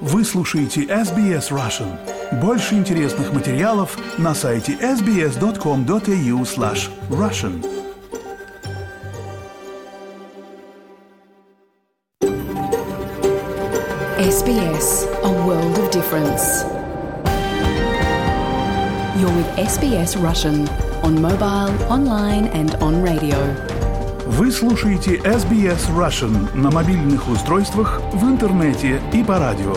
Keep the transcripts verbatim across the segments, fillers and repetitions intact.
Вы слушаете эс би эс Russian. Больше интересных материалов на сайте эс би эс точка ком точка эй ю слэш Russian. эс би эс, a world of difference. You're with эс би эс Russian on mobile, online and on radio. Вы слушаете эс би эс Russian на мобильных устройствах, в интернете и по радио.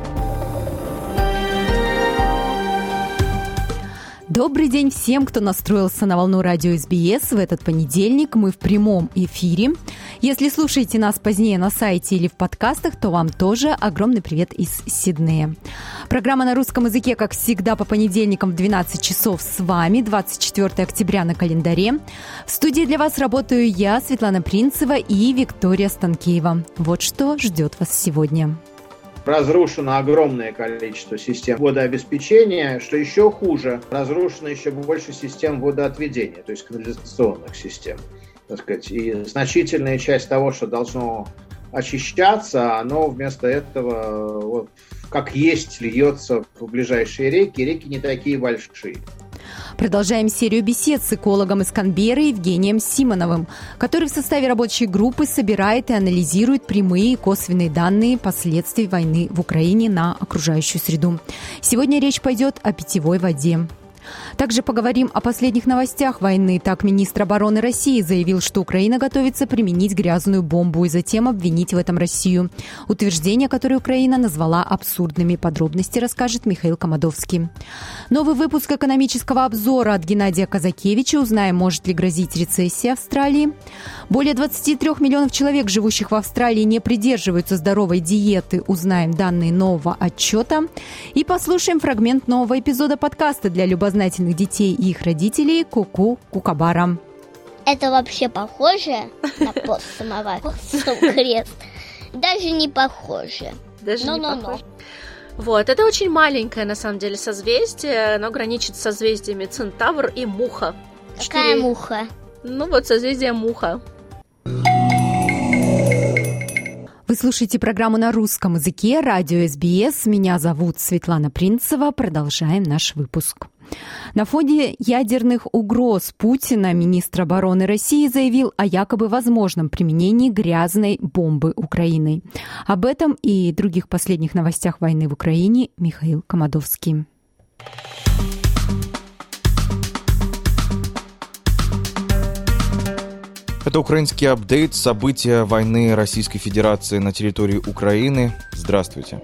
Добрый день всем, кто настроился на волну радио эс би эс. В этот понедельник мы в прямом эфире. Если слушаете нас позднее на сайте или в подкастах, то вам тоже огромный привет из Сиднея. Программа на русском языке, как всегда, по понедельникам в двенадцать часов с вами, двадцать четвёртого октября на календаре. В студии для вас работаю я, Светлана Принцева и Виктория Станкеева. Вот что ждет вас сегодня. Разрушено огромное количество систем водообеспечения, что еще хуже, разрушено еще больше систем водоотведения, то есть канализационных систем. Так сказать, и значительная часть того, что должно очищаться, оно вместо этого вот, как есть льется в ближайшие реки. Реки не такие большие. Продолжаем серию бесед с экологом из Канберры Евгением Симоновым, который в составе рабочей группы собирает и анализирует прямые и косвенные данные последствий войны в Украине на окружающую среду. Сегодня речь пойдет о питьевой воде. Также поговорим о последних новостях войны. Так, министр обороны России заявил, что Украина готовится применить грязную бомбу и затем обвинить в этом Россию. Утверждения, которые Украина назвала абсурдными. Подробности расскажет Михаил Комадовский. Новый выпуск экономического обзора от Геннадия Казакевича. Узнаем, может ли грозить рецессия Австралии. Более двадцати трёх миллионов человек, живущих в Австралии, не придерживаются здоровой диеты. Узнаем данные нового отчета. И послушаем фрагмент нового эпизода подкаста для любознательных детей и их родителей «Ку-ку Кукабара». Это вообще похоже на постсамовар? Крест. Даже не похоже. Даже но, не но, похоже. но. Вот, это очень маленькое, на самом деле, созвездие. Оно граничит с созвездиями Центавр и Муха. Какая Четыре... муха? Ну вот, созвездие Муха. Вы слушаете программу на русском языке, радио эс би эс. Меня зовут Светлана Принцева. Продолжаем наш выпуск. На фоне ядерных угроз Путина министр обороны России заявил о якобы возможном применении грязной бомбы Украиной. Об этом и других последних новостях войны в Украине Михаил Комадовский. Это украинский апдейт события войны Российской Федерации на территории Украины. Здравствуйте.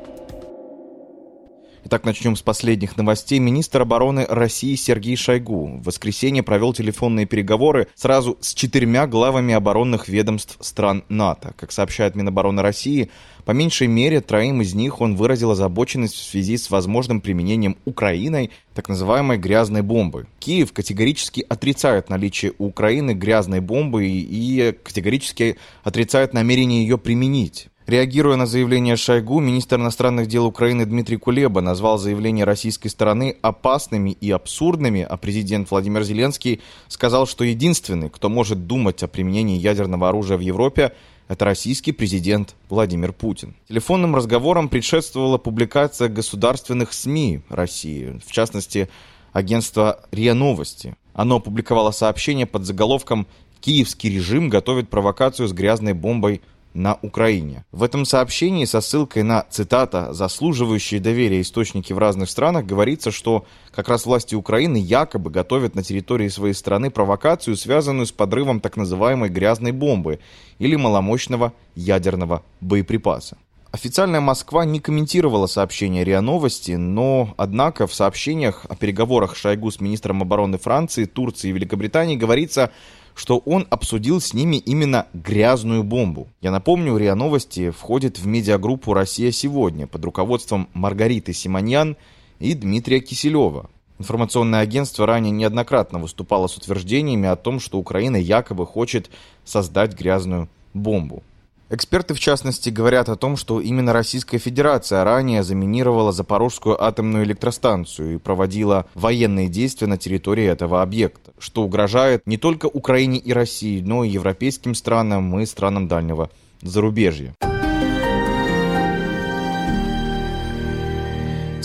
Итак, начнем с последних новостей. Министр обороны России Сергей Шойгу в воскресенье провел телефонные переговоры сразу с четырьмя главами оборонных ведомств стран НАТО. Как сообщает Минобороны России, по меньшей мере троим из них он выразил озабоченность в связи с возможным применением Украиной так называемой грязной бомбы. Киев категорически отрицает наличие у Украины грязной бомбы и категорически отрицает намерение ее применить. Реагируя на заявление Шойгу, министр иностранных дел Украины Дмитрий Кулеба назвал заявления российской стороны опасными и абсурдными, а президент Владимир Зеленский сказал, что единственный, кто может думать о применении ядерного оружия в Европе, это российский президент Владимир Путин. Телефонным разговорам предшествовала публикация государственных СМИ России, в частности, агентства РИА Новости. Оно опубликовало сообщение под заголовком «Киевский режим готовит провокацию с грязной бомбой на Украине». В этом сообщении со ссылкой на, цитата, «заслуживающие доверия источники в разных странах» говорится, что как раз власти Украины якобы готовят на территории своей страны провокацию, связанную с подрывом так называемой грязной бомбы или маломощного ядерного боеприпаса. Официальная Москва не комментировала сообщение РИА Новости, но, однако, в сообщениях о переговорах Шойгу с министром обороны Франции, Турции и Великобритании говорится, что он обсудил с ними именно грязную бомбу. Я напомню, РИА Новости входит в медиагруппу «Россия сегодня» под руководством Маргариты Симоньян и Дмитрия Киселева. Информационное агентство ранее неоднократно выступало с утверждениями о том, что Украина якобы хочет создать грязную бомбу. Эксперты, в частности, говорят о том, что именно Российская Федерация ранее заминировала Запорожскую атомную электростанцию и проводила военные действия на территории этого объекта, что угрожает не только Украине и России, но и европейским странам и странам дальнего зарубежья.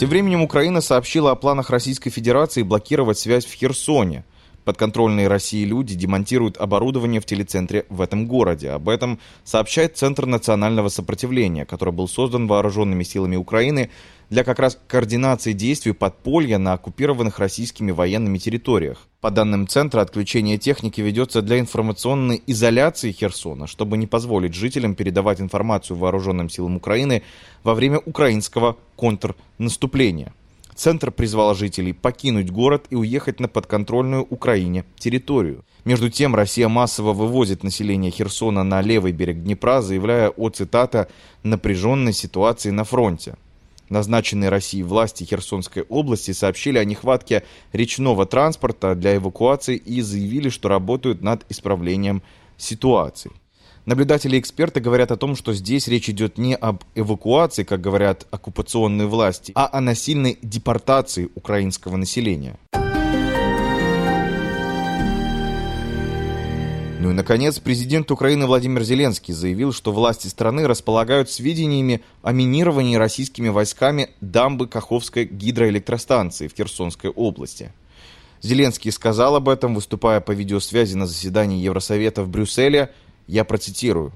Тем временем Украина сообщила о планах Российской Федерации блокировать связь в Херсоне. Подконтрольные России люди демонтируют оборудование в телецентре в этом городе. Об этом сообщает Центр национального сопротивления, который был создан вооруженными силами Украины для как раз координации действий подполья на оккупированных российскими военными территориях. По данным Центра, отключение техники ведется для информационной изоляции Херсона, чтобы не позволить жителям передавать информацию вооруженным силам Украины во время украинского контрнаступления. Центр призвал жителей покинуть город и уехать на подконтрольную Украине территорию. Между тем, Россия массово вывозит население Херсона на левый берег Днепра, заявляя о, цитата, «напряженной ситуации на фронте». Назначенные Россией власти Херсонской области сообщили о нехватке речного транспорта для эвакуации и заявили, что работают над исправлением ситуации. Наблюдатели и эксперты говорят о том, что здесь речь идет не об эвакуации, как говорят оккупационные власти, а о насильной депортации украинского населения. Ну и, наконец, президент Украины Владимир Зеленский заявил, что власти страны располагают сведениями о минировании российскими войсками дамбы Каховской гидроэлектростанции в Херсонской области. Зеленский сказал об этом, выступая по видеосвязи на заседании Евросовета в Брюсселе. Я процитирую.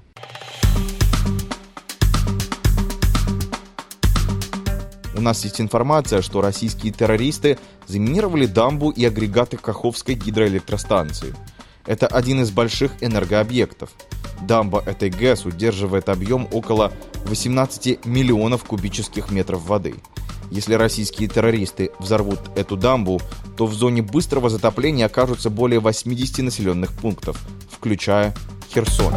У нас есть информация, что российские террористы заминировали дамбу и агрегаты Каховской гидроэлектростанции. Это один из больших энергообъектов. Дамба этой ГЭС удерживает объем около восемнадцати миллионов кубических метров воды. Если российские террористы взорвут эту дамбу, то в зоне быстрого затопления окажутся более восьмидесяти населенных пунктов, включая Херсон.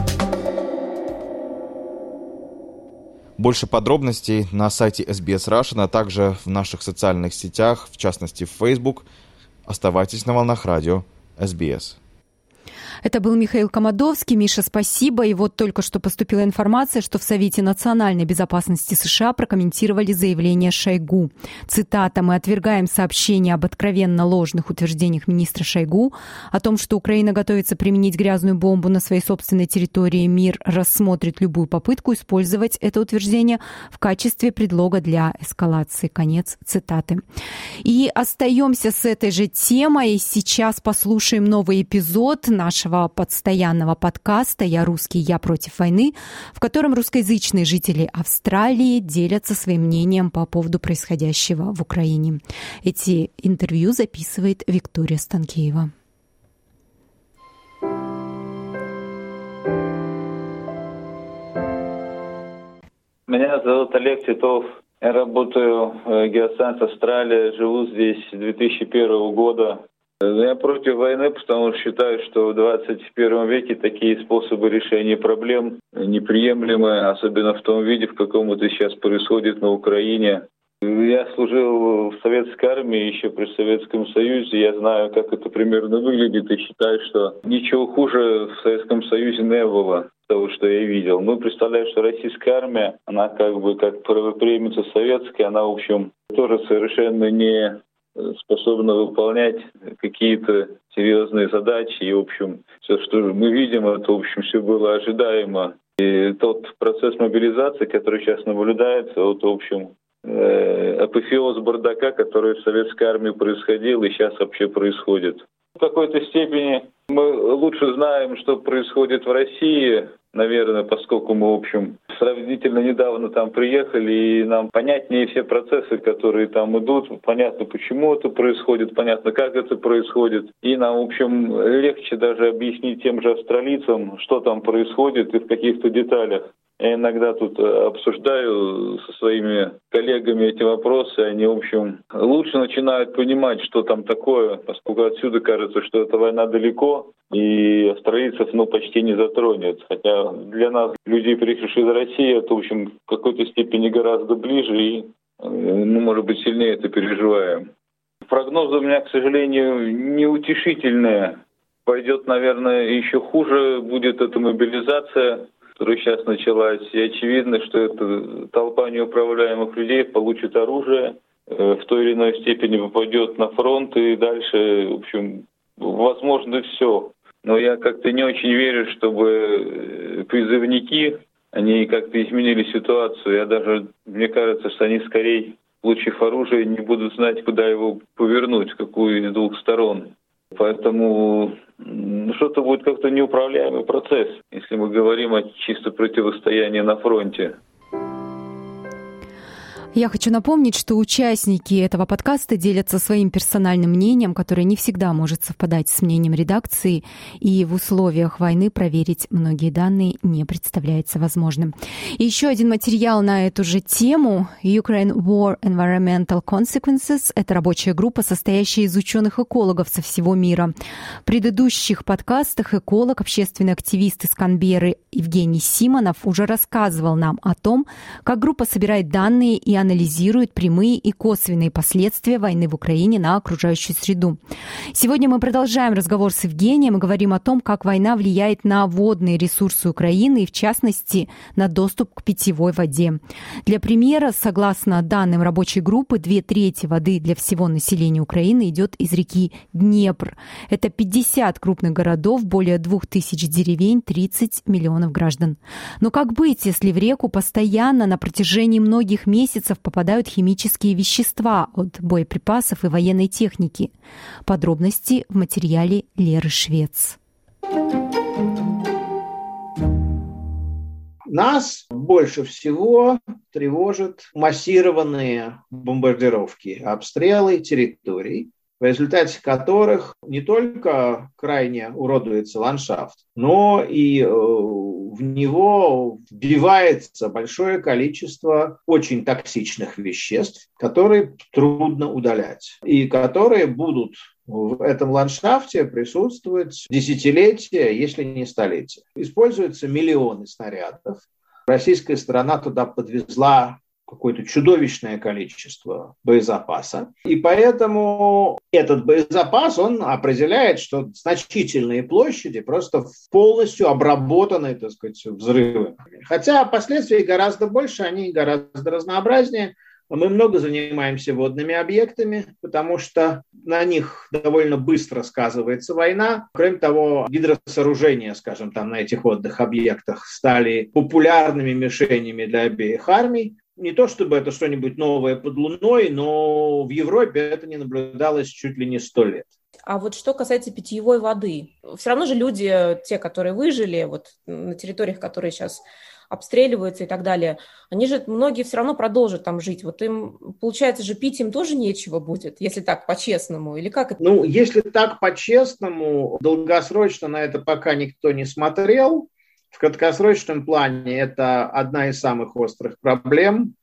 Больше подробностей на сайте эс би эс Russian, а также в наших социальных сетях, в частности в Facebook. Оставайтесь на волнах радио эс би эс. Это был Михаил Комодовский. Миша, спасибо. И вот только что поступила информация, что в Совете национальной безопасности США прокомментировали заявление Шойгу. Цитата: «Мы отвергаем сообщения об откровенно ложных утверждениях министра Шойгу о том, что Украина готовится применить грязную бомбу на своей собственной территории. Мир рассмотрит любую попытку использовать это утверждение в качестве предлога для эскалации». Конец цитаты. И остаемся с этой же темой. Сейчас послушаем новый эпизод нашего постоянного подкаста «Я русский, я против войны», в котором русскоязычные жители Австралии делятся своим мнением по поводу происходящего в Украине. Эти интервью записывает Виктория Станкеева. Меня зовут Олег Титов. Я работаю в Геосайенс Австралия, живу здесь с две тысячи первого года. Я против войны, потому что считаю, что в двадцать первом веке такие способы решения проблем неприемлемы, особенно в том виде, в каком это сейчас происходит на Украине. Я служил в советской армии еще при Советском Союзе, я знаю, как это примерно выглядит, и считаю, что ничего хуже в Советском Союзе не было того, что я видел. Ну, представляю, что российская армия, она как бы как правопреемница советская, она, в общем, тоже совершенно не способна выполнять какие-то серьезные задачи. И, в общем, все, что мы видим, это, в общем, все было ожидаемо. И тот процесс мобилизации, который сейчас наблюдается, вот, в общем, э, апофеоз бардака, который в советской армии происходил и сейчас вообще происходит. В какой-то степени мы лучше знаем, что происходит в России, наверное, поскольку мы, в общем, сравнительно недавно там приехали, и нам понятнее все процессы, которые там идут, понятно, почему это происходит, понятно, как это происходит, и нам, в общем, легче даже объяснить тем же австралийцам, что там происходит и в каких-то деталях. Я иногда тут обсуждаю со своими коллегами эти вопросы, они, в общем, лучше начинают понимать, что там такое, поскольку отсюда кажется, что эта война далеко, и австралийцев, ну, почти не затронет. Хотя для нас, людей, приехавших из России, это, в общем, в какой-то степени гораздо ближе, и мы, может быть, сильнее это переживаем. Прогнозы у меня, к сожалению, неутешительные. Пойдет, наверное, еще хуже будет эта мобилизация, которая сейчас началась, и очевидно, что эта толпа неуправляемых людей получит оружие, в той или иной степени попадет на фронт, и дальше, в общем, возможно все. Но я как-то не очень верю, чтобы призывники, они как-то изменили ситуацию. Я даже, мне кажется, что они скорее получив оружие, не будут знать, куда его повернуть, в какую из двух сторон. Поэтому ну, что-то будет как-то неуправляемый процесс, если мы говорим о чисто противостоянии на фронте. Я хочу напомнить, что участники этого подкаста делятся своим персональным мнением, которое не всегда может совпадать с мнением редакции, и в условиях войны проверить многие данные не представляется возможным. И еще один материал на эту же тему. Ukraine War Environmental Consequences — это рабочая группа, состоящая из ученых-экологов со всего мира. В предыдущих подкастах эколог, общественный активист из Канберры Евгений Симонов уже рассказывал нам о том, как группа собирает данные и анализирует прямые и косвенные последствия войны в Украине на окружающую среду. Сегодня мы продолжаем разговор с Евгением и говорим о том, как война влияет на водные ресурсы Украины и, в частности, на доступ к питьевой воде. Для примера, согласно данным рабочей группы, две трети воды для всего населения Украины идет из реки Днепр. Это пятьдесят крупных городов, более двух тысяч деревень, тридцать миллионов граждан. Но как быть, если в реку постоянно на протяжении многих месяцев попадают химические вещества от боеприпасов и военной техники? Подробности в материале Леры Швец. Нас больше всего тревожат массированные бомбардировки, обстрелы территорий, в результате которых не только крайне уродуется ландшафт, но и в него вбивается большое количество очень токсичных веществ, которые трудно удалять, и которые будут в этом ландшафте присутствовать десятилетия, если не столетия. Используются миллионы снарядов. Российская сторона туда подвезла какое-то чудовищное количество боезапаса. И поэтому этот боезапас, он определяет, что значительные площади просто полностью обработаны, так сказать, взрывами. Хотя последствий гораздо больше, они гораздо разнообразнее. Мы много занимаемся водными объектами, потому что на них довольно быстро сказывается война. Кроме того, гидросооружения, скажем, там на этих водных объектах стали популярными мишенями для обеих армий. Не то чтобы это что-нибудь новое под луной, но в Европе это не наблюдалось чуть ли не сто лет. А вот что касается питьевой воды, все равно же люди, те, которые выжили вот на территориях, которые сейчас обстреливаются и так далее, они же, многие все равно продолжат там жить. Вот им, получается же, пить им тоже нечего будет, если так по-честному, или как это? Ну, если так по-честному, долгосрочно на это пока никто не смотрел. В краткосрочном плане это одна из самых острых проблем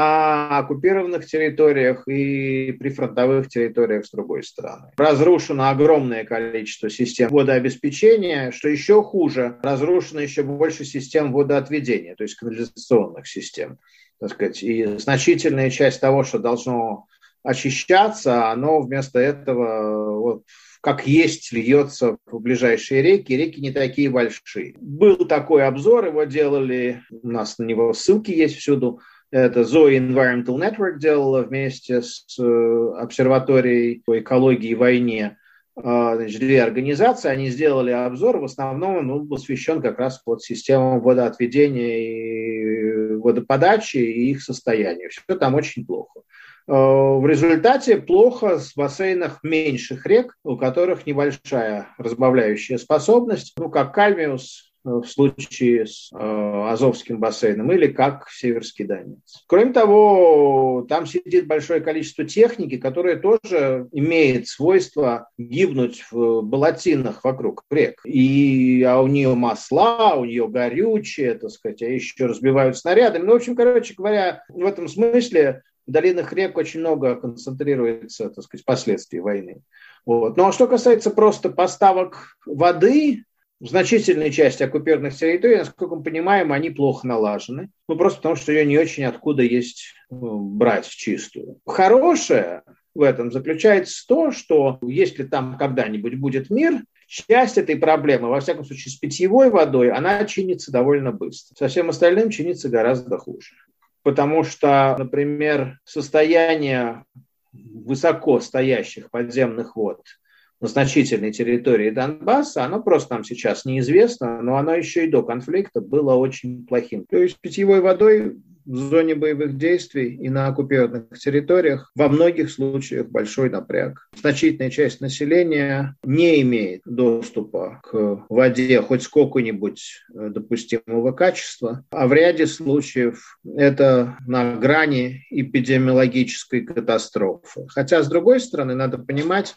на оккупированных территориях и прифронтовых территориях с другой стороны. Разрушено огромное количество систем водообеспечения, что еще хуже, разрушено еще больше систем водоотведения, то есть канализационных систем. Так сказать, и значительная часть того, что должно очищаться, оно вместо этого вот, как есть льется в ближайшие реки. Реки не такие большие. Был такой обзор, его делали, у нас на него ссылки есть всюду. Это Zoe Environmental Network делала вместе с обсерваторией по экологии и войне. Значит, две организации, они сделали обзор, в основном он был посвящен как раз вот системам водоотведения и водоподачи и их состоянию. Все там очень плохо. В результате плохо в бассейнах меньших рек, у которых небольшая разбавляющая способность, ну, как Кальмиус в случае с э, Азовским бассейном или как Северский Донец. Кроме того, там сидит большое количество техники, которая тоже имеет свойство гибнуть в болотинах вокруг рек. И, а у нее масла, у нее горючее, так сказать, а еще разбивают снарядами. Ну, в общем, короче говоря, в этом смысле в долинах рек очень много концентрируется, так сказать, последствий войны. Вот. Ну, а что касается просто поставок воды, в значительной части оккупированных территорий, насколько мы понимаем, они плохо налажены. Ну, просто потому, что ее не очень откуда есть брать чистую. Хорошее в этом заключается то, что если там когда-нибудь будет мир, часть этой проблемы, во всяком случае с питьевой водой, она чинится довольно быстро. Со всем остальным чинится гораздо хуже. Потому что, например, состояние высоко стоящих подземных вод значительной территории Донбасса, оно просто нам сейчас неизвестно, но оно еще и до конфликта было очень плохим. То есть питьевой водой в зоне боевых действий и на оккупированных территориях во многих случаях большой напряг. Значительная часть населения не имеет доступа к воде хоть сколько-нибудь допустимого качества, а в ряде случаев это на грани эпидемиологической катастрофы. Хотя, с другой стороны, надо понимать,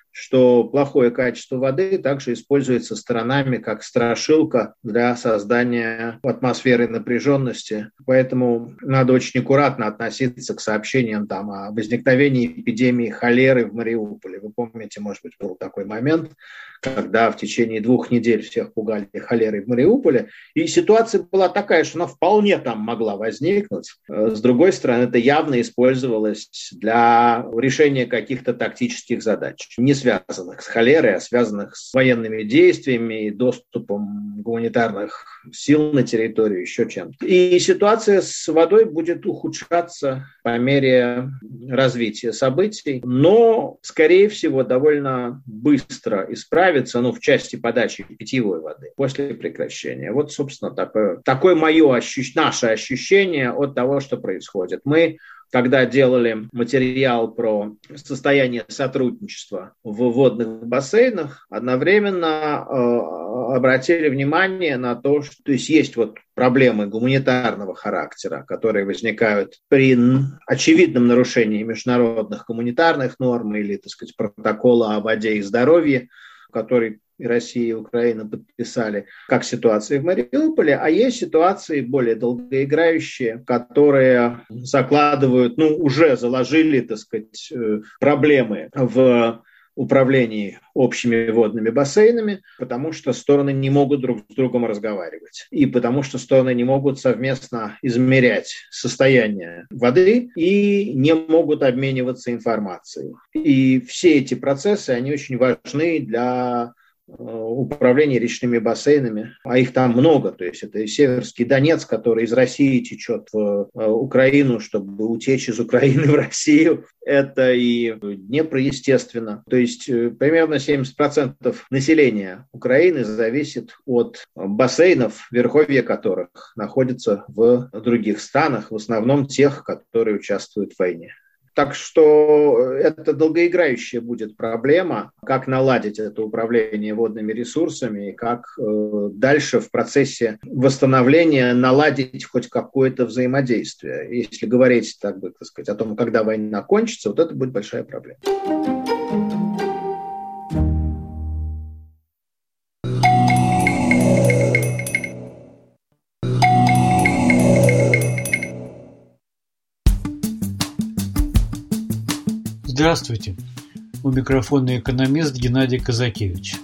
что плохое качество воды также используется сторонами как страшилка для создания атмосферы напряженности. Поэтому надо очень аккуратно относиться к сообщениям там, о возникновении эпидемии холеры в Мариуполе. Вы помните, может быть, был такой момент, когда в течение двух недель всех пугали холерой в Мариуполе. И ситуация была такая, что она вполне там могла возникнуть. С другой стороны, это явно использовалось для решения каких-то тактических задач, не связанных с холерой, а связанных с военными действиями и доступом гуманитарных сил на территорию, еще чем-то. И ситуация с водой будет ухудшаться по мере развития событий, но, скорее всего, довольно быстро исправится, ну, в части подачи питьевой воды после прекращения. Вот, собственно, такое, такое мое ощущ... наше ощущение от того, что происходит. Мы, когда делали материал про состояние сотрудничества в водных бассейнах, одновременно э, обратили внимание на то, что то есть, есть вот проблемы гуманитарного характера, которые возникают при очевидном нарушении международных гуманитарных норм или, так сказать, протокола о воде и здоровье, который и Россия, и Украина подписали, как ситуации в Мариуполе, а есть ситуации более долгоиграющие, которые закладывают, ну, уже заложили, так сказать, проблемы в управлении общими водными бассейнами, потому что стороны не могут друг с другом разговаривать. И потому что стороны не могут совместно измерять состояние воды и не могут обмениваться информацией. И все эти процессы, они очень важны для управления речными бассейнами, а их там много, то есть это и Северский Донец, который из России течет в Украину, чтобы утечь из Украины в Россию, это и Днепр, естественно, то есть примерно семьдесят процентов населения Украины зависит от бассейнов, верховья которых находятся в других странах, в основном тех, которые участвуют в войне. Так что это долгоиграющая будет проблема, как наладить это управление водными ресурсами и как э, дальше в процессе восстановления наладить хоть какое-то взаимодействие. Если говорить, так бы, так сказать, о том, когда война кончится, вот это будет большая проблема. Здравствуйте! У микрофона экономист Геннадий Казакевич.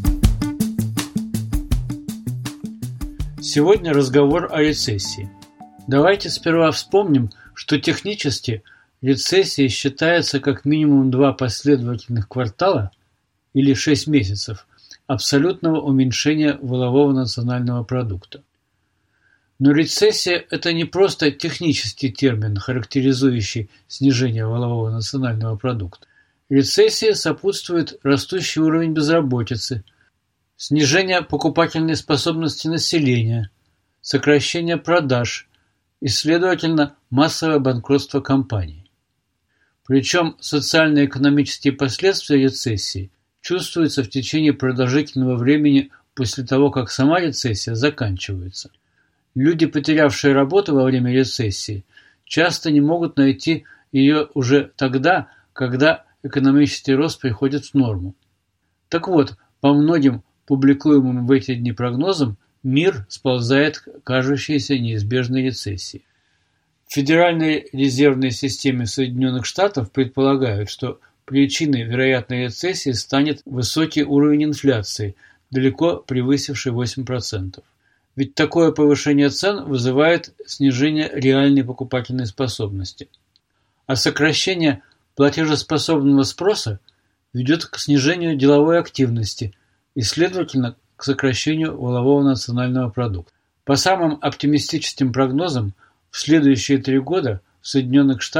Сегодня разговор о рецессии. Давайте сперва вспомним, что технически рецессией считается как минимум два последовательных квартала или шесть месяцев абсолютного уменьшения валового национального продукта. Но рецессия – это не просто технический термин, характеризующий снижение валового национального продукта. Рецессии сопутствует растущий уровень безработицы, снижение покупательной способности населения, сокращение продаж и, следовательно, массовое банкротство компаний. Причем социально-экономические последствия рецессии чувствуются в течение продолжительного времени после того, как сама рецессия заканчивается. Люди, потерявшие работу во время рецессии, часто не могут найти ее уже тогда, когда экономический рост приходит в норму. Так вот, по многим публикуемым в эти дни прогнозам, мир сползает к кажущейся неизбежной рецессии. В Федеральной резервной системе Соединенных Штатов предполагают, что причиной вероятной рецессии станет высокий уровень инфляции, далеко превысивший восемь процентов. Ведь такое повышение цен вызывает снижение реальной покупательной способности. А сокращение платежеспособного спроса ведет к снижению деловой активности и, следовательно, к сокращению валового национального продукта. По самым оптимистическим прогнозам, в следующие три года в Соединенных Штатах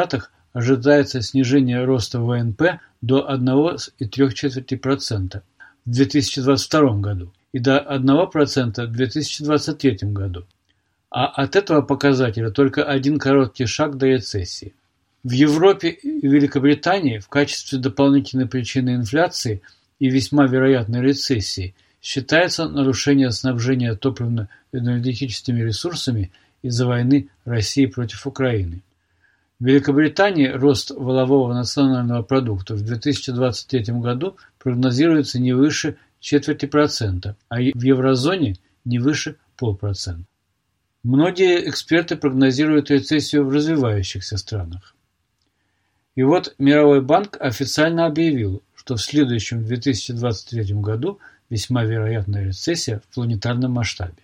ожидается снижение роста вэ эн пэ до одна целая три десятых процента в две тысячи двадцать втором году и до одного процента в две тысячи двадцать третьем году. А от этого показателя только один короткий шаг до рецессии. В Европе и Великобритании в качестве дополнительной причины инфляции и весьма вероятной рецессии считается нарушение снабжения топливно-энергетическими ресурсами из-за войны России против Украины. В Великобритании рост валового национального продукта в две тысячи двадцать третьем году прогнозируется не выше четверти процента, а в еврозоне не выше полпроцента. Многие эксперты прогнозируют рецессию в развивающихся странах. И вот Мировой банк официально объявил, что в следующем две тысячи двадцать третьем году весьма вероятная рецессия в планетарном масштабе.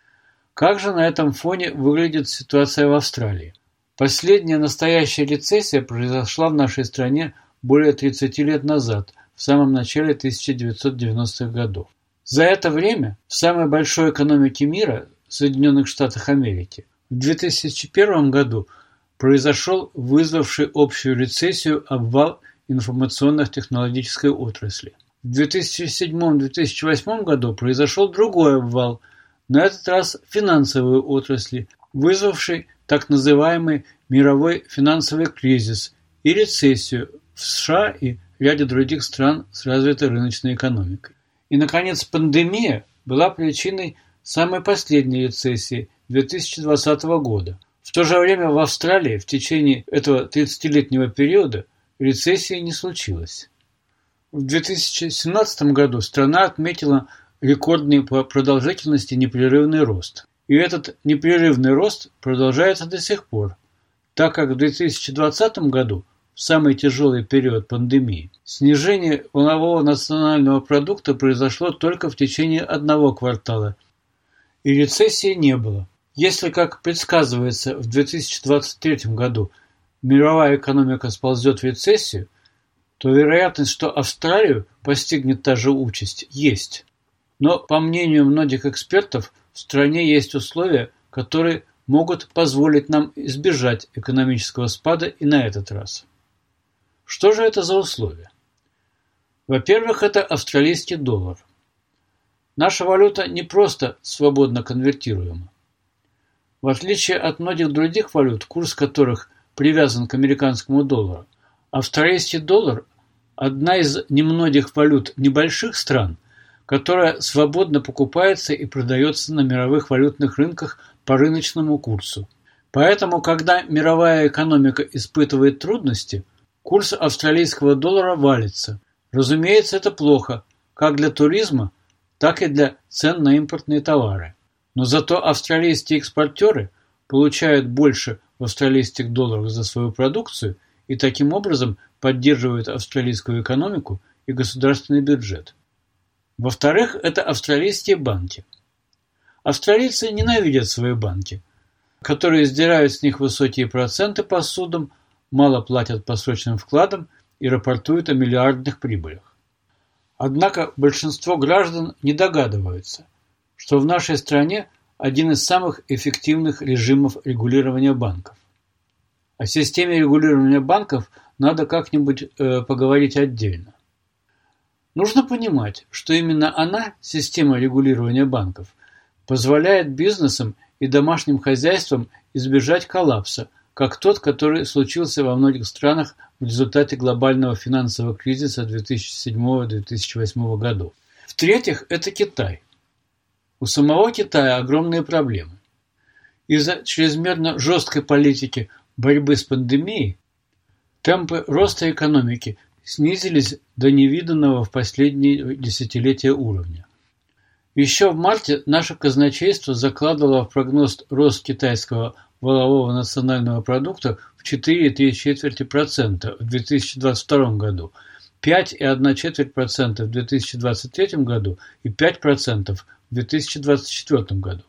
Как же на этом фоне выглядит ситуация в Австралии? Последняя настоящая рецессия произошла в нашей стране более тридцати лет назад, в самом начале тысяча девятьсот девяностых годов. За это время в самой большой экономике мира, Соединенных Штатах Америки, в две тысячи первом году произошел вызвавший общую рецессию обвал информационно-технологической отрасли. В две тысячи седьмом — две тысячи восьмом году произошел другой обвал, на этот раз финансовой отрасли, вызвавший так называемый мировой финансовый кризис и рецессию в США и ряде других стран с развитой рыночной экономикой. И, наконец, пандемия была причиной самой последней рецессии две тысячи двадцатого года. В то же время в Австралии в течение этого тридцатилетнего периода рецессии не случилось. В две тысячи семнадцатом году страна отметила рекордный по продолжительности непрерывный рост. И этот непрерывный рост продолжается до сих пор, так как в две тысячи двадцатом году, в самый тяжелый период пандемии, снижение валового национального продукта произошло только в течение одного квартала, и рецессии не было. Если, как предсказывается, в две тысячи двадцать третьем году мировая экономика сползет в рецессию, то вероятность, что Австралию постигнет та же участь, есть. Но, по мнению многих экспертов, в стране есть условия, которые могут позволить нам избежать экономического спада и на этот раз. Что же это за условия? Во-первых, это австралийский доллар. Наша валюта не просто свободно конвертируема. В отличие от многих других валют, курс которых привязан к американскому доллару, австралийский доллар – одна из немногих валют небольших стран, которая свободно покупается и продается на мировых валютных рынках по рыночному курсу. Поэтому, когда мировая экономика испытывает трудности, курс австралийского доллара валится. Разумеется, это плохо, как для туризма, так и для цен на импортные товары. Но зато австралийские экспортеры получают больше в австралийских долларах за свою продукцию и таким образом поддерживают австралийскую экономику и государственный бюджет. Во-вторых, это австралийские банки. Австралийцы ненавидят свои банки, которые сдирают с них высокие проценты по судам, мало платят по срочным вкладам и рапортуют о миллиардных прибылях. Однако большинство граждан не догадываются, что в нашей стране один из самых эффективных режимов регулирования банков. О системе регулирования банков надо как-нибудь э, поговорить отдельно. Нужно понимать, что именно она, система регулирования банков, позволяет бизнесам и домашним хозяйствам избежать коллапса, как тот, который случился во многих странах в результате глобального финансового кризиса две тысячи седьмого — две тысячи восьмого годов. В-третьих, это Китай. У самого Китая огромные проблемы. Из-за чрезмерно жесткой политики борьбы с пандемией темпы роста экономики снизились до невиданного в последние десятилетия уровня. Еще в марте наше казначейство закладывало в прогноз рост китайского валового национального продукта в четыре целых три десятых процента в две тысячи двадцать втором году, пять целых одна десятая процента в две тысячи двадцать третьем году и пять процентов в две тысячи двадцать четвёртом году.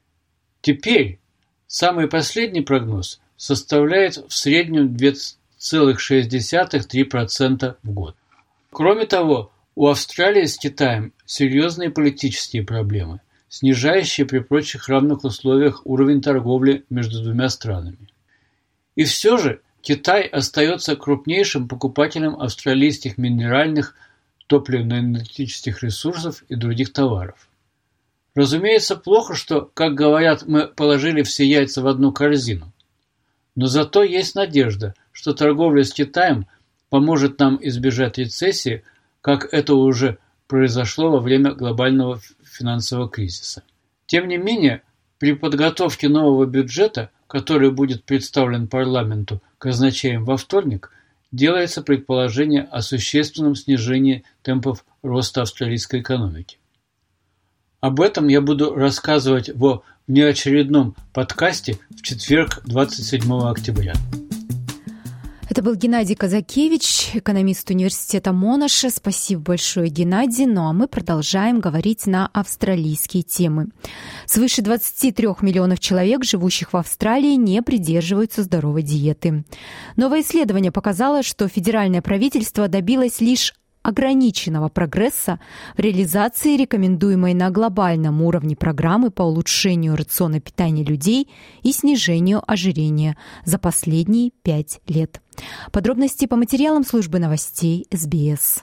Теперь самый последний прогноз составляет в среднем две целых шесть десятых — три процента в год. Кроме того, у Австралии с Китаем серьезные политические проблемы, снижающие при прочих равных условиях уровень торговли между двумя странами. И все же Китай остается крупнейшим покупателем австралийских минеральных, топливно-энергетических ресурсов и других товаров. Разумеется, плохо, что, как говорят, мы положили все яйца в одну корзину. Но зато есть надежда, что торговля с Китаем поможет нам избежать рецессии, как это уже произошло во время глобального финансового кризиса. Тем не менее, при подготовке нового бюджета, который будет представлен парламенту казначеем во вторник, делается предположение о существенном снижении темпов роста австралийской экономики. Об этом я буду рассказывать во внеочередном подкасте в четверг, двадцать седьмого октября. Это был Геннадий Казакевич, экономист университета Монаше. Спасибо большое, Геннадий. Ну а мы продолжаем говорить на австралийские темы. Свыше двадцати трёх миллионов человек, живущих в Австралии, не придерживаются здоровой диеты. Новое исследование показало, что федеральное правительство добилось лишь ограниченного прогресса в реализации рекомендуемой на глобальном уровне программы по улучшению рациона питания людей и снижению ожирения за последние пять лет. Подробности по материалам службы новостей эс би эс.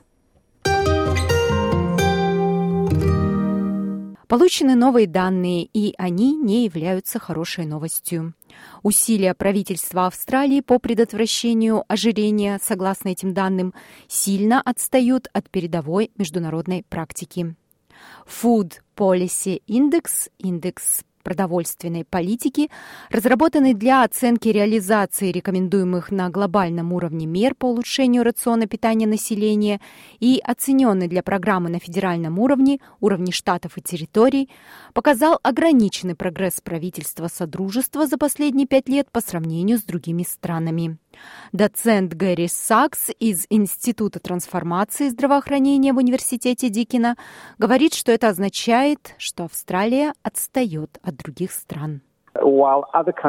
Получены новые данные, и они не являются хорошей новостью. Усилия правительства Австралии по предотвращению ожирения, согласно этим данным, сильно отстают от передовой международной практики. Food Policy Index, индекс продовольственной политики, разработанный для оценки реализации рекомендуемых на глобальном уровне мер по улучшению рациона питания населения и оцененный для программы на федеральном уровне, уровне штатов и территорий, показал ограниченный прогресс правительства Содружества за последние пять лет по сравнению с другими странами. Доцент Гэри Сакс из Института трансформации здравоохранения в университете Дикина говорит, что это означает, что Австралия отстает от других стран. В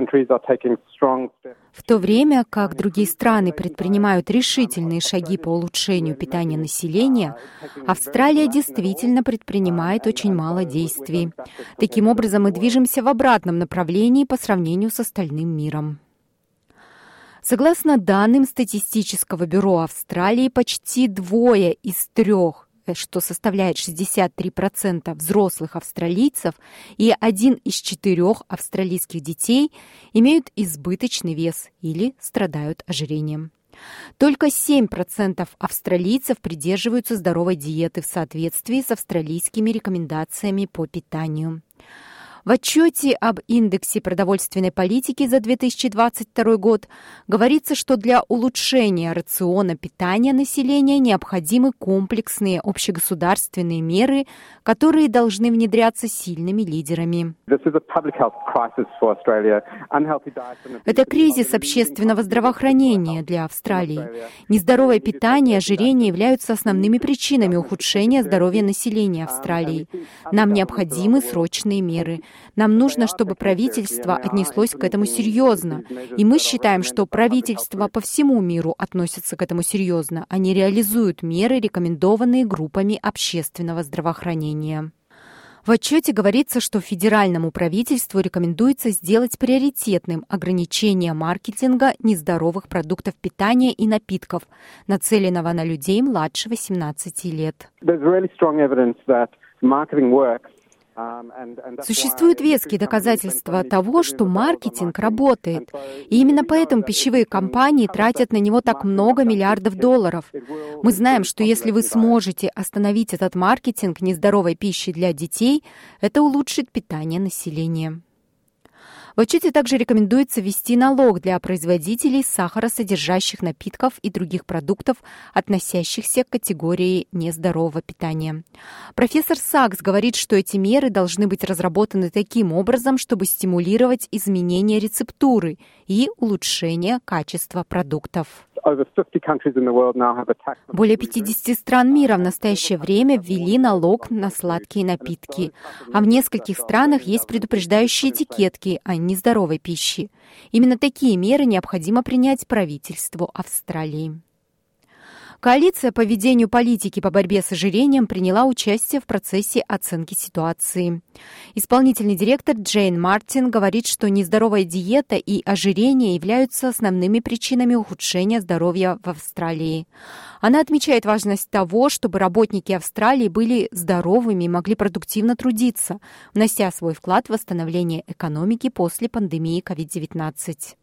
то время как другие страны предпринимают решительные шаги по улучшению питания населения, Австралия действительно предпринимает очень мало действий. Таким образом, мы движемся в обратном направлении по сравнению с остальным миром. Согласно данным статистического бюро Австралии, почти двое из трех, что составляет шестьдесят три процента взрослых австралийцев, и один из четырех австралийских детей имеют избыточный вес или страдают ожирением. Только семь процентов австралийцев придерживаются здоровой диеты в соответствии с австралийскими рекомендациями по питанию. В отчете об индексе продовольственной политики за две тысячи двадцать второй год говорится, что для улучшения рациона питания населения необходимы комплексные общегосударственные меры, которые должны внедряться сильными лидерами. Это кризис общественного здравоохранения для Австралии. Нездоровое питание и ожирение являются основными причинами ухудшения здоровья населения Австралии. Нам необходимы срочные меры. Нам нужно, чтобы правительство отнеслось к этому серьезно. И мы считаем, что правительства по всему миру относятся к этому серьезно. Они реализуют меры, рекомендованные группами общественного здравоохранения. В отчете говорится, что федеральному правительству рекомендуется сделать приоритетным ограничение маркетинга нездоровых продуктов питания и напитков, нацеленного на людей младше восемнадцати лет. Существуют веские доказательства того, что маркетинг работает. И именно поэтому пищевые компании тратят на него так много миллиардов долларов. Мы знаем, что если вы сможете остановить этот маркетинг нездоровой пищи для детей, это улучшит питание населения. В отчете также рекомендуется ввести налог для производителей сахаросодержащих напитков и других продуктов, относящихся к категории нездорового питания. Профессор Сакс говорит, что эти меры должны быть разработаны таким образом, чтобы стимулировать изменение рецептуры и улучшение качества продуктов. Более пятидесяти стран мира в настоящее время ввели налог на сладкие напитки, а в нескольких странах есть предупреждающие этикетки о нездоровой пище. Именно такие меры необходимо принять правительству Австралии. Коалиция по ведению политики по борьбе с ожирением приняла участие в процессе оценки ситуации. Исполнительный директор Джейн Мартин говорит, что нездоровая диета и ожирение являются основными причинами ухудшения здоровья в Австралии. Она отмечает важность того, чтобы работники Австралии были здоровыми и могли продуктивно трудиться, внося свой вклад в восстановление экономики после пандемии ковид девятнадцать.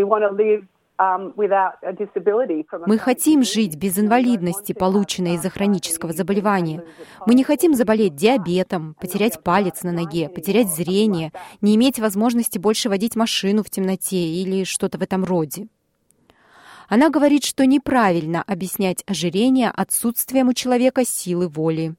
Мы хотим жить без инвалидности, полученной из-за хронического заболевания. Мы не хотим заболеть диабетом, потерять палец на ноге, потерять зрение, не иметь возможности больше водить машину в темноте или что-то в этом роде. Она говорит, что неправильно объяснять ожирение отсутствием у человека силы воли.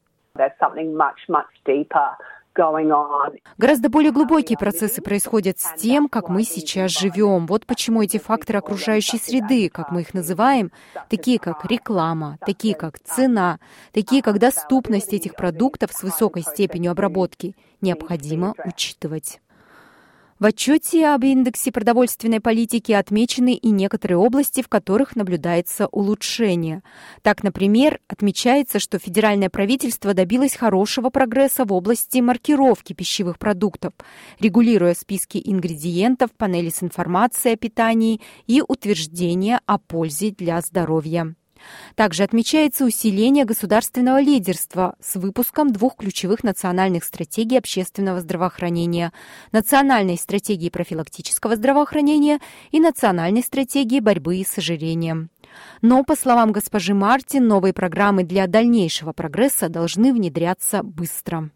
Гораздо более глубокие процессы происходят с тем, как мы сейчас живем. Вот почему эти факторы окружающей среды, как мы их называем, такие как реклама, такие как цена, такие как доступность этих продуктов с высокой степенью обработки, необходимо учитывать. В отчете об индексе продовольственной политики отмечены и некоторые области, в которых наблюдается улучшение. Так, например, отмечается, что федеральное правительство добилось хорошего прогресса в области маркировки пищевых продуктов, регулируя списки ингредиентов, панели с информацией о питании и утверждения о пользе для здоровья. Также отмечается усиление государственного лидерства с выпуском двух ключевых национальных стратегий общественного здравоохранения, национальной стратегии профилактического здравоохранения и национальной стратегии борьбы с ожирением. Но, по словам госпожи Мартин, новые программы для дальнейшего прогресса должны внедряться быстро.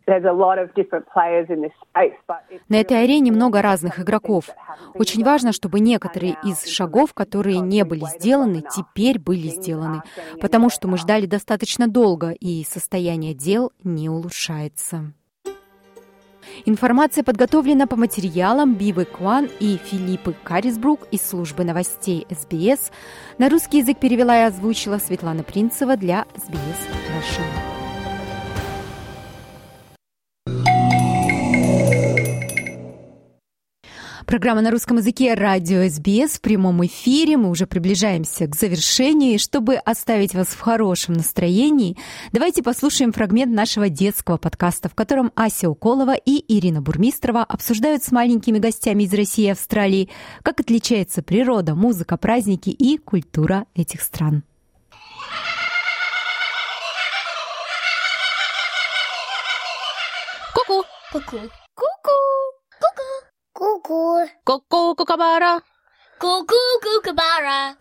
На этой арене много разных игроков. Очень важно, чтобы некоторые из шагов, которые не были сделаны, теперь были сделаны, потому что мы ждали достаточно долго, и состояние дел не улучшается. Информация подготовлена по материалам Бивы Кван и Филиппы Карисбрук из службы новостей эс би эс. На русский язык перевела и озвучила Светлана Принцева для эс би эс Russian. Программа на русском языке «Радио эс би эс» в прямом эфире. Мы уже приближаемся к завершению. И чтобы оставить вас в хорошем настроении, давайте послушаем фрагмент нашего детского подкаста, в котором Ася Уколова и Ирина Бурмистрова обсуждают с маленькими гостями из России и Австралии, как отличается природа, музыка, праздники и культура этих стран. Ку-ку! Ку-ку. Ку-ку! Ку-ку. Ку-ку, кукабара! Ку-ку, кукабара.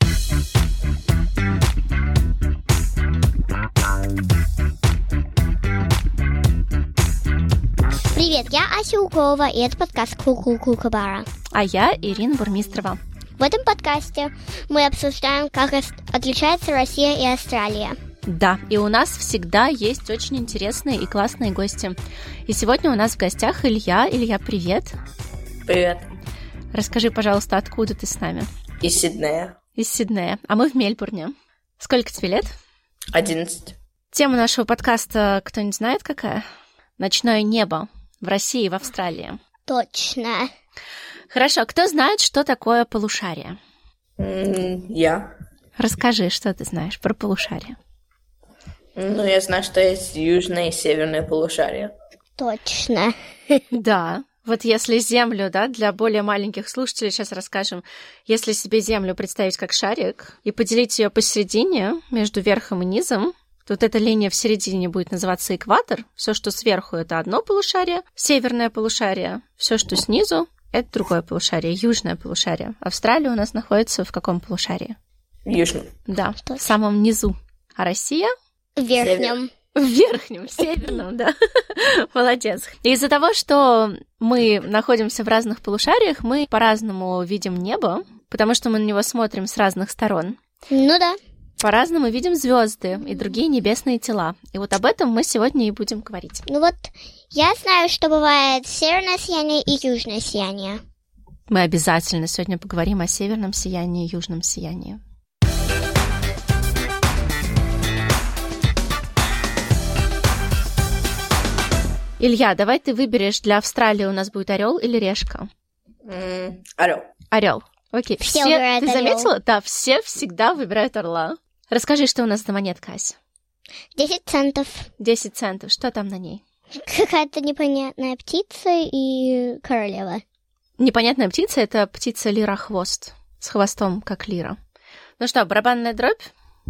Привет, я Ася Уколова, и это подкаст «Ку-ку, кукабара». А я Ирина Бурмистрова. В этом подкасте мы обсуждаем, как отличается Россия и Австралия. Да, и у нас всегда есть очень интересные и классные гости. И сегодня у нас в гостях Илья. Илья, привет. Привет. Расскажи, пожалуйста, откуда ты с нами? Из Сиднея. Из Сиднея. А мы в Мельбурне. Сколько тебе лет? Одиннадцать. Тема нашего подкаста, кто-нибудь знает, какая? Ночное небо в России и в Австралии. Точно. Хорошо, кто знает, что такое полушарие? Mm, я. Расскажи, что ты знаешь про полушарие. Ну, я знаю, что есть южное и северное полушарие. Точно. Да. Вот если Землю, да, для более маленьких слушателей сейчас расскажем, если себе Землю представить как шарик и поделить ее посередине между верхом и низом, то вот эта линия в середине будет называться экватор. Все, что сверху, это одно полушарие, северное полушарие. Все, что снизу, это другое полушарие, южное полушарие. Австралия у нас находится в каком полушарии? В южном. Да, в самом низу. А Россия? В верхнем. В верхнем, северном, да. Молодец. И из-за того, что мы находимся в разных полушариях, мы по-разному видим небо, потому что мы на него смотрим с разных сторон. Ну да. По-разному видим звезды и другие небесные тела. И вот об этом мы сегодня и будем говорить. Ну вот, я знаю, что бывает северное сияние и южное сияние. Мы обязательно сегодня поговорим о северном сиянии и южном сиянии. Илья, давай ты выберешь, для Австралии у нас будет орел или решка? Mm, орел. Орел. Окей. Все, все выбирают ты орел. заметила? Да, все всегда выбирают орла. Расскажи, что у нас за монетка, Ася. Десять центов. Десять центов. Что там на ней? Какая-то непонятная птица и королева. Непонятная птица — это птица лирохвост. С хвостом, как лира. Ну что, барабанная дробь?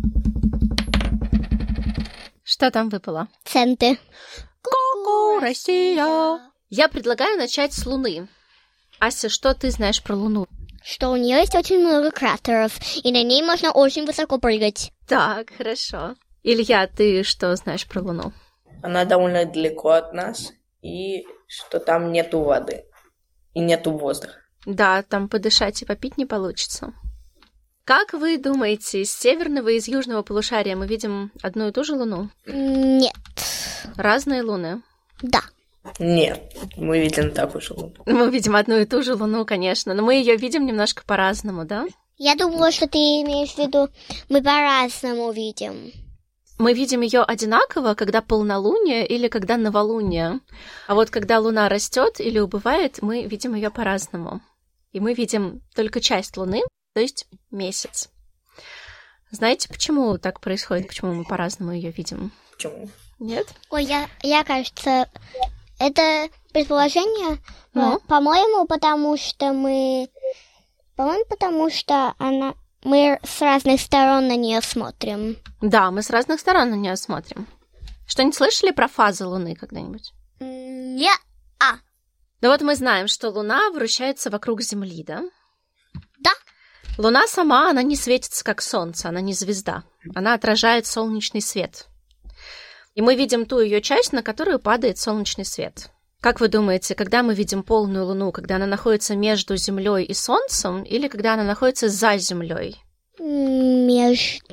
Что там выпало? Центы. Ку-ку, Россия! Я предлагаю начать с Луны. Ася, что ты знаешь про Луну? Что у нее есть очень много кратеров, и на ней можно очень высоко прыгать. Так, хорошо. Илья, ты что знаешь про Луну? Она довольно далеко от нас, и что там нету воды, и нету воздуха. Да, там подышать и попить не получится. Как вы думаете, из северного и из южного полушария мы видим одну и ту же Луну? Нет. Разные Луны? Да. Нет, мы видим такую же Луну. Мы видим одну и ту же Луну, конечно, но мы ее видим немножко по-разному, да? Я думала, что ты имеешь в виду, мы по-разному видим. Мы видим ее одинаково, когда полнолуние или когда новолуние. А вот когда Луна растет или убывает, мы видим ее по-разному. И мы видим только часть Луны, то есть месяц. Знаете, почему так происходит? Почему мы по-разному ее видим? Почему? Нет? Ой, я, я кажется, это предположение, Ну? по-моему, потому что мы... По-моему, потому что она... Мы с разных сторон на нее смотрим. Да, мы с разных сторон на нее смотрим. Что-нибудь слышали про фазы Луны когда-нибудь? Не-а. Да вот мы знаем, что Луна вращается вокруг Земли, да? Да. Луна сама, она не светится, как Солнце, она не звезда. Она отражает солнечный свет. И мы видим ту ее часть, на которую падает солнечный свет. Как вы думаете, когда мы видим полную Луну, когда она находится между Землей и Солнцем, или когда она находится за Землей? Между?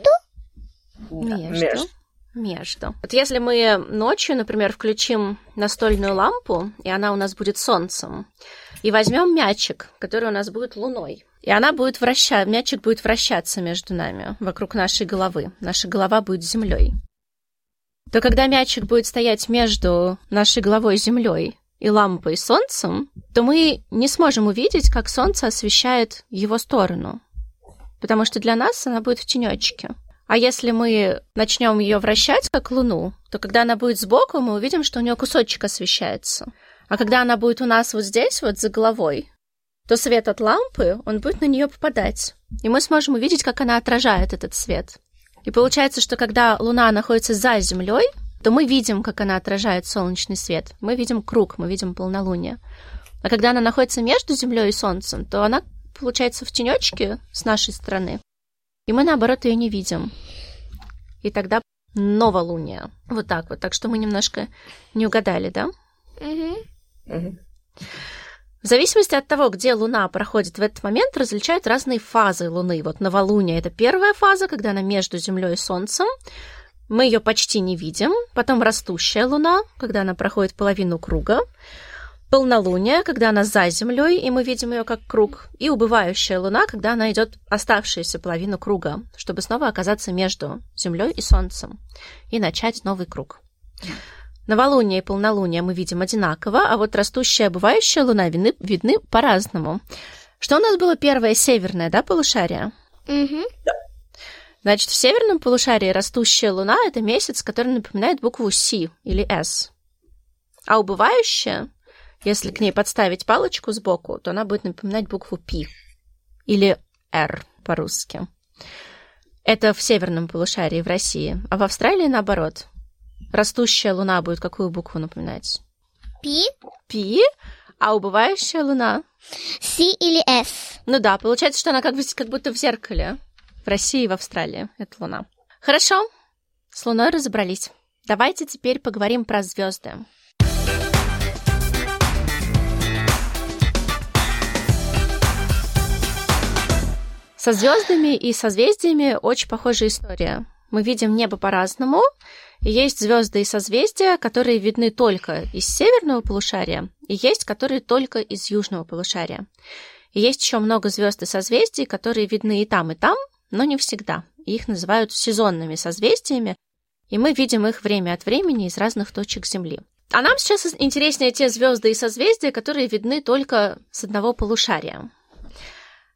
Да, Между. между. Между. Вот если мы ночью, например, включим настольную лампу, и она у нас будет Солнцем, и возьмем мячик, который у нас будет Луной, и она будет вращаться, мячик будет вращаться между нами, вокруг нашей головы. Наша голова будет Землей. То когда мячик будет стоять между нашей головой и Землей и лампой Солнцем, то мы не сможем увидеть, как Солнце освещает его сторону, потому что для нас она будет в тенечке. А если мы начнем ее вращать, как Луну, то когда она будет сбоку, мы увидим, что у нее кусочек освещается. А когда она будет у нас вот здесь, вот за головой, то свет от лампы, он будет на нее попадать. И мы сможем увидеть, как она отражает этот свет. И получается, что когда Луна находится за Землей, то мы видим, как она отражает солнечный свет. Мы видим круг, мы видим полнолуние. А когда она находится между Землей и Солнцем, то она, получается, в тенечке с нашей стороны. И мы, наоборот, ее не видим. И тогда новолуние. Вот так вот. Так что мы немножко не угадали, да? Угу. Угу. В зависимости от того, где Луна проходит в этот момент, различают разные фазы Луны. Вот новолуние — это первая фаза, когда она между Землей и Солнцем. Мы ее почти не видим. Потом растущая Луна, когда она проходит половину круга. Полнолуние, когда она за Землей, и мы видим ее как круг. И убывающая Луна, когда она идет оставшуюся половину круга, чтобы снова оказаться между Землей и Солнцем и начать новый круг. Новолуние и полнолуние мы видим одинаково, а вот растущая и убывающая Луна видны, видны по-разному. Что у нас было первое северное, да, полушарие? Угу. Значит, в северном полушарии растущая Луна — это месяц, который напоминает букву С или С. А убывающая, если к ней подставить палочку сбоку, то она будет напоминать букву П или Р по-русски. Это в северном полушарии в России. А в Австралии наоборот. Растущая Луна будет какую букву напоминать? Пи. Пи. А убывающая Луна? С или С. Ну да, получается, что она как, бы, как будто в зеркале. В России и в Австралии. Это Луна. Хорошо. С Луной разобрались. Давайте теперь поговорим про звезды. Со звездами и созвездиями очень похожая история. Мы видим небо по-разному, и есть звезды и созвездия, которые видны только из северного полушария, и есть, которые только из южного полушария. И есть еще много звезд и созвездий, которые видны и там, и там, но не всегда. И их называют сезонными созвездиями, и мы видим их время от времени из разных точек Земли. А нам сейчас интереснее те звезды и созвездия, которые видны только с одного полушария.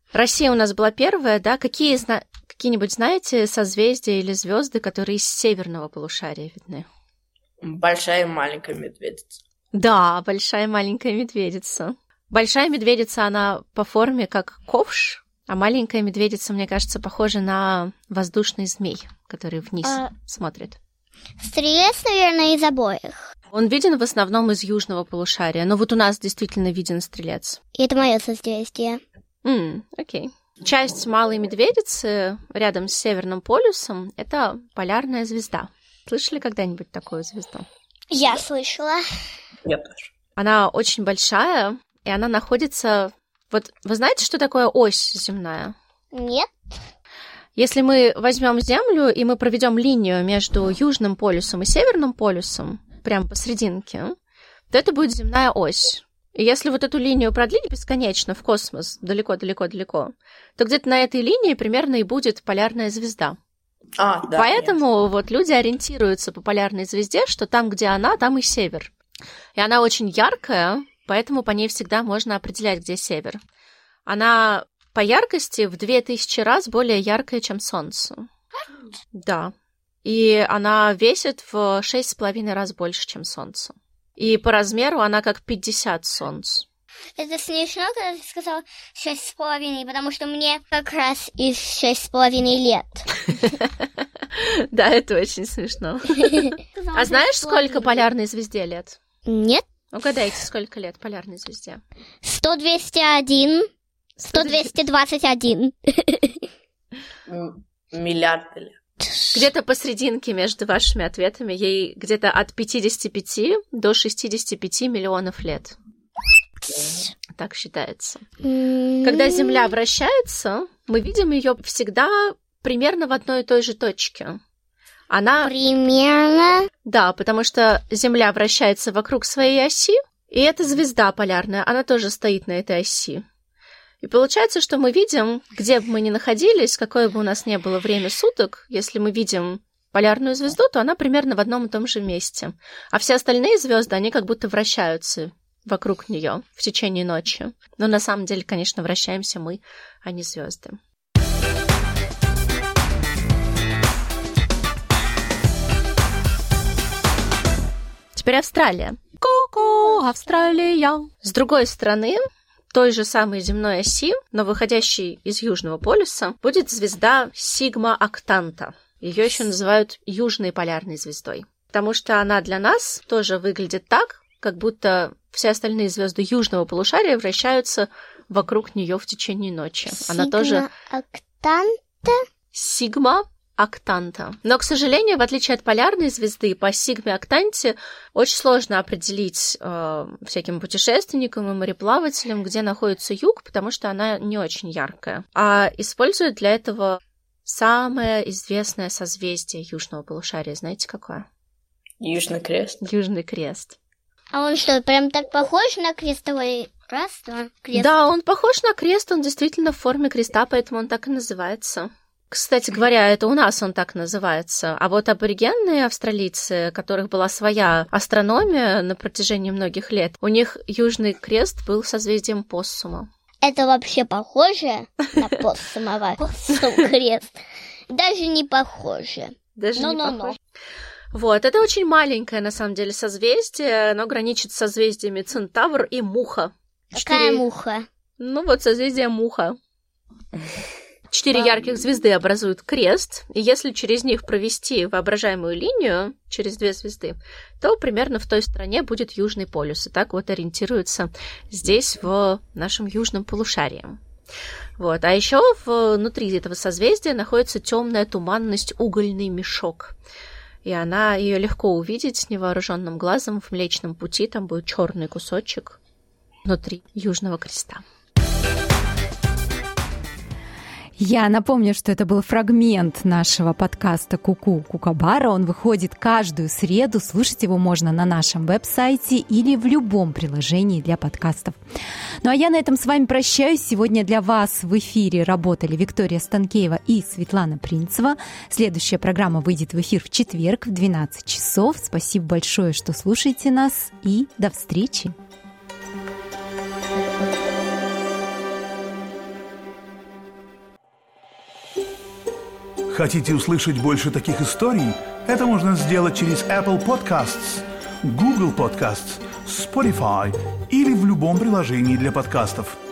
Россия у нас была первая, да? Какие, зна... какие-нибудь знаете созвездия или звезды, которые из северного полушария видны? Большая и маленькая медведица. Да, большая и маленькая медведица. Большая медведица, она по форме как ковш, а маленькая медведица, мне кажется, похожа на воздушный змей, который вниз а... смотрит. Стрелец, наверное, из обоих. Он виден в основном из южного полушария, но вот у нас действительно виден стрелец. И это мое созвездие. Mm, окей. Часть малой медведицы рядом с Северным полюсом — это полярная звезда. Слышали когда-нибудь такую звезду? Я слышала. Я тоже. Она очень большая, и она находится... Вот вы знаете, что такое ось земная? Нет. Если мы возьмем Землю, и мы проведем линию между Южным полюсом и Северным полюсом, прямо посерединке, то это будет земная ось. И если вот эту линию продлить бесконечно в космос, далеко-далеко-далеко, то где-то на этой линии примерно и будет полярная звезда. А, да, Поэтому нет. вот люди ориентируются по полярной звезде, что там, где она, там и север. И она очень яркая, поэтому по ней всегда можно определять, где север. Она по яркости в две тысячи раз более яркая, чем Солнце. Да. И она весит в шесть с половиной раз больше, чем Солнце. И по размеру она как пятьдесят Солнц. Это смешно, когда ты сказал шесть с половиной, потому что мне как раз из шесть с половиной лет. Да, это очень смешно. А знаешь, сколько полярной звезде лет? Нет. Угадайте, сколько лет полярной звезде? Сто двести один. Сто двести двадцать один. Миллиарды лет. Где-то посерединке между вашими ответами ей где-то от пятидесяти пяти до шестидесяти пяти миллионов лет. Так считается. Когда Земля вращается, мы видим ее всегда примерно в одной и той же точке. Она... Примерно? Да, потому что Земля вращается вокруг своей оси, и эта звезда полярная, она тоже стоит на этой оси. И получается, что мы видим, где бы мы ни находились, какое бы у нас ни было время суток, если мы видим полярную звезду, то она примерно в одном и том же месте. А все остальные звезды, они как будто вращаются вокруг нее в течение ночи. Но на самом деле, конечно, вращаемся мы, а не звезды. Теперь Австралия. Ку-ку, Австралия. С другой стороны той же самой земной оси, но выходящей из Южного полюса, будет звезда Сигма Октанта. Ее еще называют Южной полярной звездой, потому что она для нас тоже выглядит так, как будто все остальные звезды Южного полушария вращаются вокруг нее в течение ночи. Она Сигма тоже Октанта? Сигма Октанта. Но, к сожалению, в отличие от полярной звезды, по Сигме Октанте очень сложно определить э, всяким путешественникам и мореплавателям, где находится юг, потому что она не очень яркая. А используют для этого самое известное созвездие Южного полушария. Знаете, какое? Южный крест. Южный крест. А он что, прям так похож на крестовый раз? Крест? Да, он похож на крест, он действительно в форме креста, поэтому он так и называется. Кстати говоря, это у нас он так называется. А вот аборигенные австралийцы, у которых была своя астрономия на протяжении многих лет, у них Южный крест был созвездием Поссума. Это вообще похоже на Поссума? Поссум крест. Даже не похоже. Даже не Но-но-но. похоже. Вот, это очень маленькое, на самом деле, созвездие. Оно граничит с созвездиями Центавр и Муха. Какая Четыре... муха? Ну вот, созвездие Муха. Четыре ярких звезды образуют крест, и если через них провести воображаемую линию, через две звезды, то примерно в той стороне будет Южный полюс. И так вот ориентируются здесь, в нашем южном полушарии. Вот. А еще внутри этого созвездия находится темная туманность Угольный мешок. И она, ее легко увидеть невооруженным глазом в Млечном Пути. Там будет черный кусочек внутри Южного креста. Я напомню, что это был фрагмент нашего подкаста «Ку-ку Кукабара». Он выходит каждую среду. Слушать его можно на нашем веб-сайте или в любом приложении для подкастов. Ну а я на этом с вами прощаюсь. Сегодня для вас в эфире работали Виктория Станкеева и Светлана Принцева. Следующая программа выйдет в эфир в четверг в двенадцать часов. Спасибо большое, что слушаете нас, и до встречи! Хотите услышать больше таких историй? Это можно сделать через Apple Podcasts, Google Podcasts, Spotify или в любом приложении для подкастов.